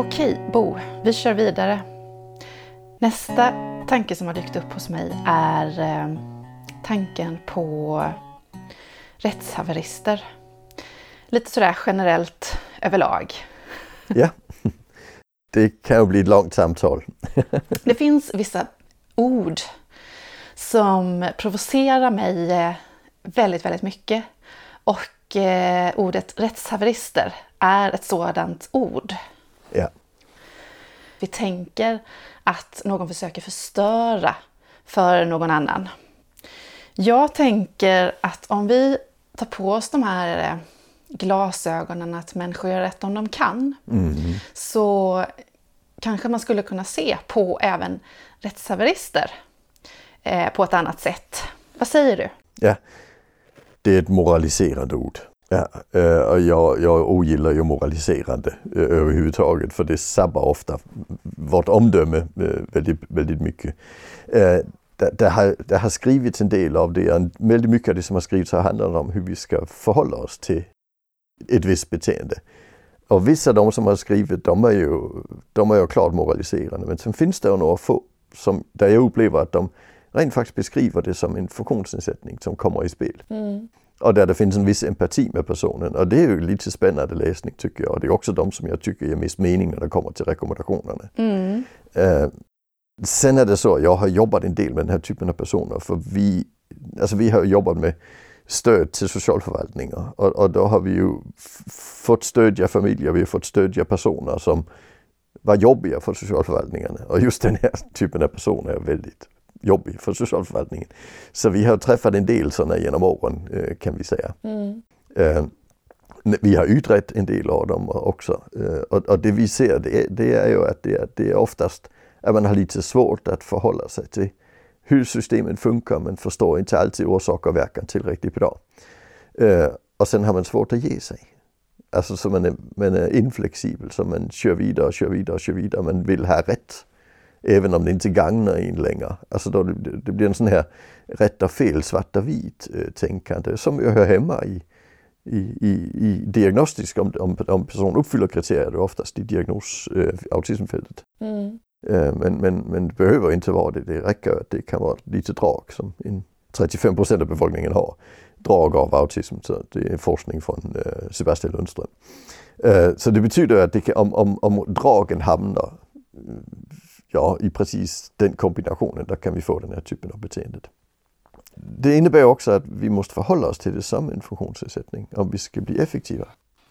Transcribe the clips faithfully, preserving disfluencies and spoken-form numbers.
Okej, Bo, vi kör vidare. Nästa tanke som har dykt upp hos mig är eh, tanken på rättshaverister. Lite sådär generellt överlag. Ja, det kan ju bli ett långt samtal. Det finns vissa ord som provocerar mig väldigt, väldigt mycket. Och eh, ordet rättshaverister är ett sådant ord. Ja. Vi tänker att någon försöker förstöra för någon annan. Jag tänker att om vi tar på oss de här glasögonen att människor gör rätt om de kan, Mm. så kanske man skulle kunna se på även rättshaverister eh, på ett annat sätt. Vad säger du? Ja, det är ett moraliserande ord. Ja, och jag, jag ogillar ju moraliserande överhuvudtaget, för det sabbar ofta vårt omdöme väldigt, väldigt mycket. Det, det, har, det har skrivits en del av det, väldigt mycket av det som har skrivits har handlat om hur vi ska förhålla oss till ett visst beteende. Och vissa av de som har skrivit, de är ju, de är ju klart moraliserande, men sen finns det några få som, där jag upplever att de rent faktiskt beskriver det som en funktionsnedsättning som kommer i spel. Mm. Och där det finns en viss empati med personen. Och det är ju lite spännande läsning, tycker jag. Och det är också de som jag tycker ger mest mening när det kommer till rekommendationerna. Mm. Eh, sen är det så, jag har jobbat en del med den här typen av personer. För vi, alltså vi har jobbat med stöd till socialförvaltningar. Och, och då har vi ju f- fått stödja familjer, vi har fått stödja personer som var jobbiga för socialförvaltningarna. Och just den här typen av personer är väldigt jobbig för socialförvaltningen. Så vi har träffat en del sådana genom åren, kan vi säga. Mm. Eh, vi har utrett en del av dem också. Eh, och, och det vi ser, det är, det är ju att det, det är oftast att man har lite svårt att förhålla sig till hur systemet funkar, men förstår inte alltid orsak och verkan tillräckligt bra. Eh, och sen har man svårt att ge sig. Alltså så man är, man är inflexibel, så man kör vidare, kör vidare, kör vidare. Man vill ha rätt. Även om det inte gagnar in längre. Alltså då det, det blir en sån här rätt och fel, svart och vit äh, tänkande som ju hör hemma i, i, i, i diagnostisk, om, om, om personen uppfyller kriterier, oftast i diagnos äh, autismfältet. Mm. Äh, men, men, men det behöver inte vara det. Det räcker att det kan vara lite drag som en trettiofem procent av befolkningen har. Drag av autism, så det är forskning från äh, Sebastian Lundström. Äh, så det betyder att det kan, om, om, om dragen hamnar ja, i precis den kombinationen, där kan vi få den här typen av beteendet. Det innebär också att vi måste förhålla oss till det som en funktionsnedsättning om vi ska bli effektiva.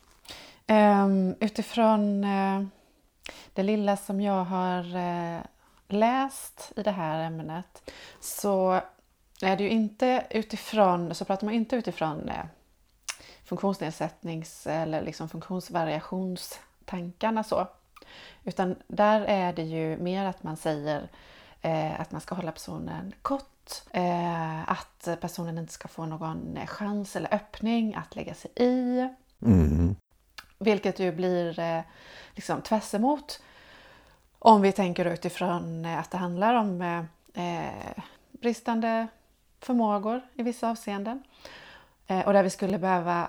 Um, utifrån uh, det lilla som jag har uh, läst i det här ämnet, så är det ju inte utifrån, så pratar man inte utifrån uh, funktionsnedsättnings- eller liksom funktionsvariationstankarna så. Utan där är det ju mer att man säger eh, att man ska hålla personen kort. Eh, att personen inte ska få någon chans eller öppning att lägga sig i. Mm. Vilket ju blir eh, liksom tvärs emot. Om vi tänker utifrån att det handlar om eh, bristande förmågor i vissa avseenden. Eh, och där vi skulle behöva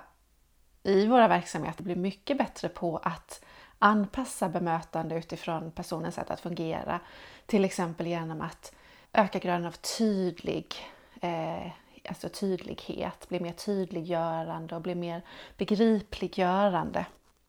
i våra verksamheter bli mycket bättre på att anpassa bemötande utifrån personens sätt att fungera. Till exempel genom att öka graden av tydlig, eh, alltså tydlighet, bli mer tydliggörande och bli mer begripliggörande.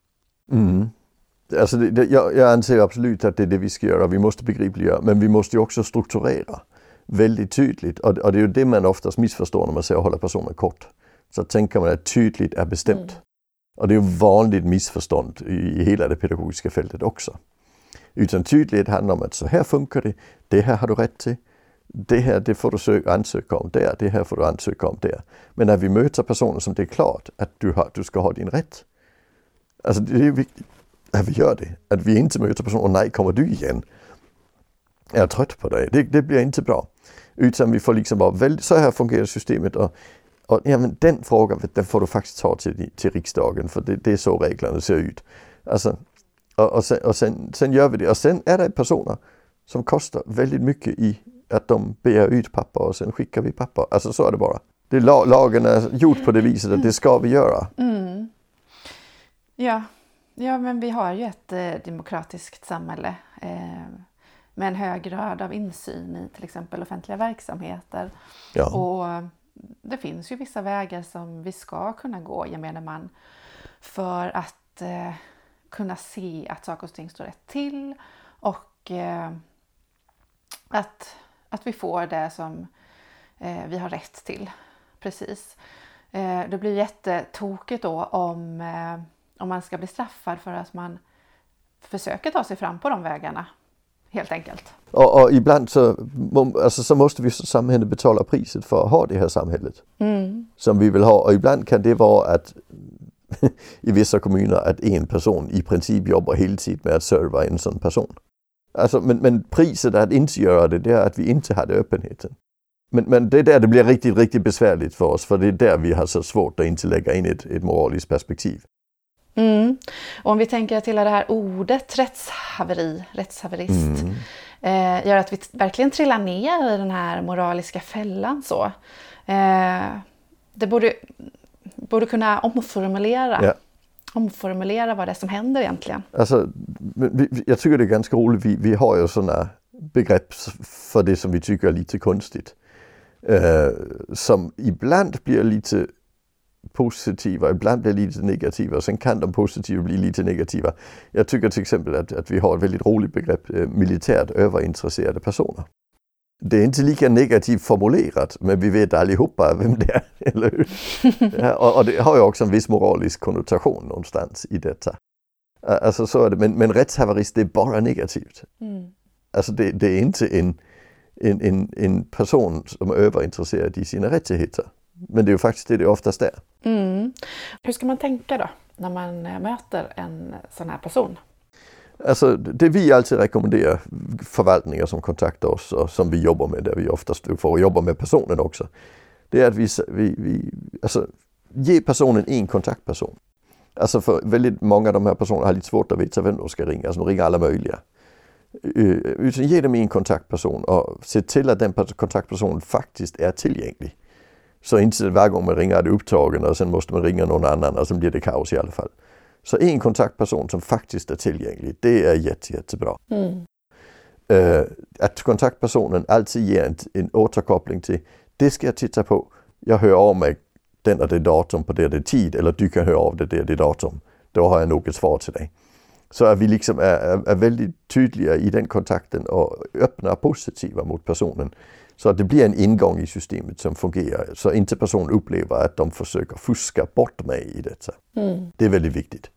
Mm. Alltså det, det, jag, jag anser absolut att det är det vi ska göra. Vi måste begripliggöra, men vi måste ju också strukturera väldigt tydligt. Och, och det är ju det man oftast missförstår när man säger att hålla personen kort. Så tänker man att tydligt är bestämt. Mm. Och det är ju vanligt missförstånd i hela det pedagogiska fältet också. Utan tydlighet handlar om att så här funkar det, det här har du rätt till, det här det får du söka, ansöka om där, det här får du ansöka om där. Men när vi möter personer som det är klart att du, har, du ska ha din rätt. Alltså det är viktigt att vi gör det. Att vi inte möter personer, och nej, kommer du igen? Jag är trött på dig, det, det blir inte bra. Utan vi får liksom bara, väl, så här fungerar systemet och Och ja, men den frågan, den får du faktiskt ta till, till riksdagen, för det, det är så reglerna ser ut. Alltså, och och, sen, och sen, sen gör vi det. Och sen är det personer som kostar väldigt mycket i att de begär ut papper och sen skickar vi papper. Alltså så är det bara. Det är lagen är gjort på det viset att det ska vi göra. Mm. Ja, Ja, men vi har ju ett eh, demokratiskt samhälle eh, med en hög grad av insyn i till exempel offentliga verksamheter. Ja. Och det finns ju vissa vägar som vi ska kunna gå, gemene man, för att eh, kunna se att saker och ting står rätt till och eh, att, att vi får det som eh, vi har rätt till. Precis. Eh, det blir jättetokigt då om, eh, om man ska bli straffad för att man försöker ta sig fram på de vägarna, helt enkelt. Och, och ibland så, alltså, så måste vi som samhälle betala priset för att ha det här samhället. Mm. Som vi vill ha. Och ibland kan det vara att i vissa kommuner att en person i princip jobbar heltid med att serva en sån person. Alltså, men, men priset att inte göra det, det är att vi inte hade öppenheten. Men, men det är där det blir riktigt, riktigt besvärligt för oss. För det är där vi har så svårt att inte lägga in ett, ett moraliskt perspektiv. Mm. Och om vi tänker till det här ordet rättshaveri, rättshaverist, mm. eh, gör att vi verkligen trillar ner i den här moraliska fällan så. Eh, det borde, borde kunna omformulera, ja. omformulera vad det är som händer egentligen. Alltså, jag tycker det är ganska roligt. Vi, vi har ju sådana begrepp för det som vi tycker är lite konstigt. Eh, som ibland blir lite positiva, ibland blir lite negativa, och sen kan de positiva bli lite negativa. Jag tycker till exempel att, att vi har ett väldigt roligt begrepp, eh, militärt överintresserade personer. Det är inte lika negativt formulerat, men vi vet allihopa vem det är, eller hur? Ja, och, och det har ju också en viss moralisk konnotation någonstans i detta. Alltså så är det, men, men rättshaverist, det är bara negativt. Mm. Alltså det, det är inte en, en, en, en person som är överintresserad i sina rättigheter. Men det är ju faktiskt det det oftast är. Mm. Hur ska man tänka då när man möter en sån här person? Alltså det vi alltid rekommenderar förvaltningar som kontaktar oss och som vi jobbar med, där vi oftast får jobba med personen också. Det är att vi, vi, vi alltså, ge personen en kontaktperson. Alltså för väldigt många av de här personerna har lite svårt att veta vem de ska ringa. Alltså de ringer alla möjliga. Utan ge dem en kontaktperson och se till att den kontaktpersonen faktiskt är tillgänglig. Så inte varje gång man ringer är det upptagen och sen måste man ringa någon annan och sen blir det kaos i alla fall. Så en kontaktperson som faktiskt är tillgänglig, det är jätte, jättebra. Mm. Uh, att kontaktpersonen alltid ger en, en återkoppling till, det ska jag titta på, jag hör av mig den och det datum på det, det tid, eller du kan höra av det, det, det datum. Då har jag nog ett svar till dig. Så att vi liksom är, är, är väldigt tydliga i den kontakten och öppna och positiva mot personen. Så att det blir en ingång i systemet som fungerar. Så inte personen upplever att de försöker fuska bort mig i detta. Mm. Det är väldigt viktigt.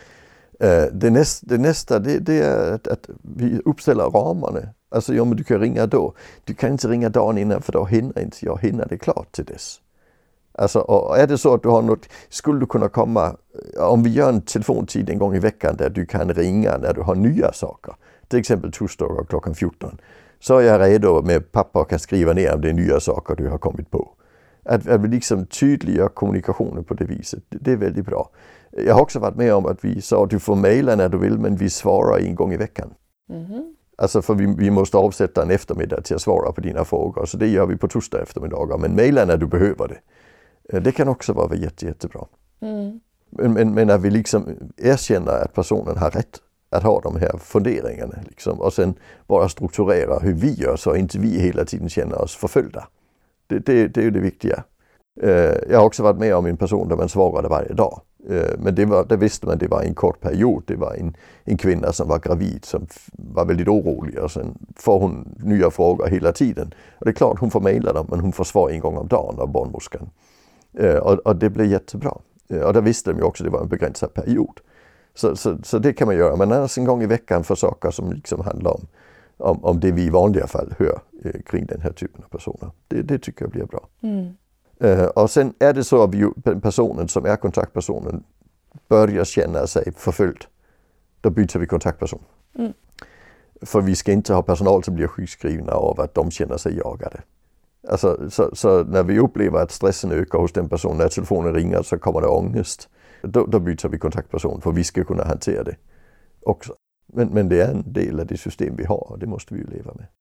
Uh, det, näst, det nästa det, det är att, att vi uppställer ramarna. Alltså ja, men du kan ringa då. Du kan inte ringa dagen innan för då hinner inte jag hinner det klart till dess. Alltså, och är det så att du har något, skulle du kunna komma, om vi gör en telefontid en gång i veckan där du kan ringa när du har nya saker. Till exempel torsdagar klockan fjorton. Så är jag redo med pappa och kan skriva ner om det är nya saker du har kommit på. Att, att vi liksom tydliggör kommunikationen på det viset, det, det är väldigt bra. Jag har också varit med om att vi sa att du får mejla när du vill, men vi svarar en gång i veckan. Mm-hmm. Alltså för vi, vi måste avsätta en eftermiddag till att svara på dina frågor. Så det gör vi på torsdag eftermiddagar, men mejla när du behöver det. Det kan också vara jätte, jättebra. Mm. Men, men, men att vi liksom erkänner att personen har rätt att ha de här funderingarna. Liksom, och sen bara strukturera hur vi gör så inte vi hela tiden känner oss förföljda. Det, det, det är ju det viktiga. Jag har också varit med om en person där man svarade varje dag. Men det, var, det visste man, det var en kort period. Det var en, en kvinna som var gravid som var väldigt orolig. Och sen får hon nya frågor hela tiden. Och det är klart hon får mejla dem, men hon får svar en gång om dagen av barnmorskan. Och, och det blev jättebra. Och där visste de ju också att det var en begränsad period. Så, så, så det kan man göra. Men annars en gång i veckan för saker som liksom handlar om, om, om det vi i vanliga fall hör eh, kring den här typen av personer. Det, det tycker jag blir bra. Mm. Uh, och sen är det så att vi, personen som är kontaktpersonen börjar känna sig förföljd. Då byter vi kontaktperson. Mm. För vi ska inte ha personal som blir sjukskrivna av att de känner sig jagade. Alltså, så, så när vi upplever att stressen ökar hos den personen, när telefonen ringer så kommer det ångest. Då, då byter vi kontaktperson för vi ska kunna hantera det också. Men, men det är en del av det system vi har och det måste vi ju leva med.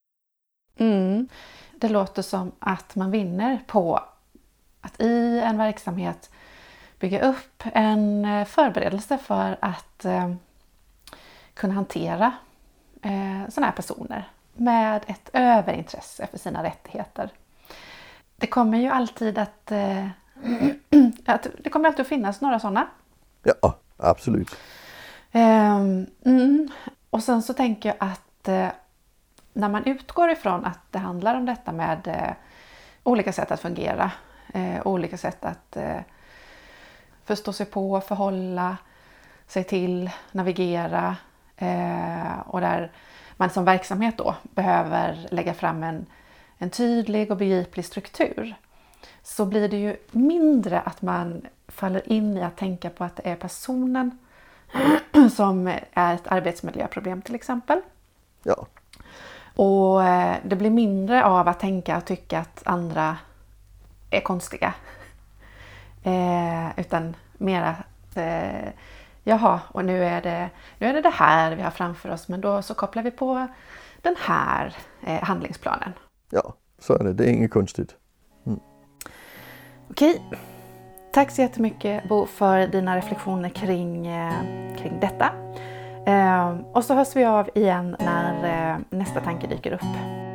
Mm. Det låter som att man vinner på att i en verksamhet bygga upp en förberedelse för att eh, kunna hantera eh, sådana här personer med ett överintresse för sina rättigheter. Det kommer ju alltid att, eh, att det kommer alltid att finnas några sådana. Ja, absolut. Eh, mm. Och sen så tänker jag att eh, när man utgår ifrån att det handlar om detta med eh, olika sätt att fungera, eh, olika sätt att eh, förstå sig på, förhålla sig till, navigera eh, och där man som verksamhet då behöver lägga fram en, en tydlig och begriplig struktur, så blir det ju mindre att man faller in i att tänka på att det är personen som är ett arbetsmiljöproblem till exempel. Ja. Och det blir mindre av att tänka och tycka att andra är konstiga. Eh, utan mer att eh, jaha, och nu är, det, nu är det det här vi har framför oss, men då så kopplar vi på den här eh, handlingsplanen. Ja, så är det. Det är inget konstigt. Mm. Okej. Tack så jättemycket, Bo, för dina reflektioner kring, eh, kring detta. Eh, och så hörs vi av igen när eh, nästa tanke dyker upp.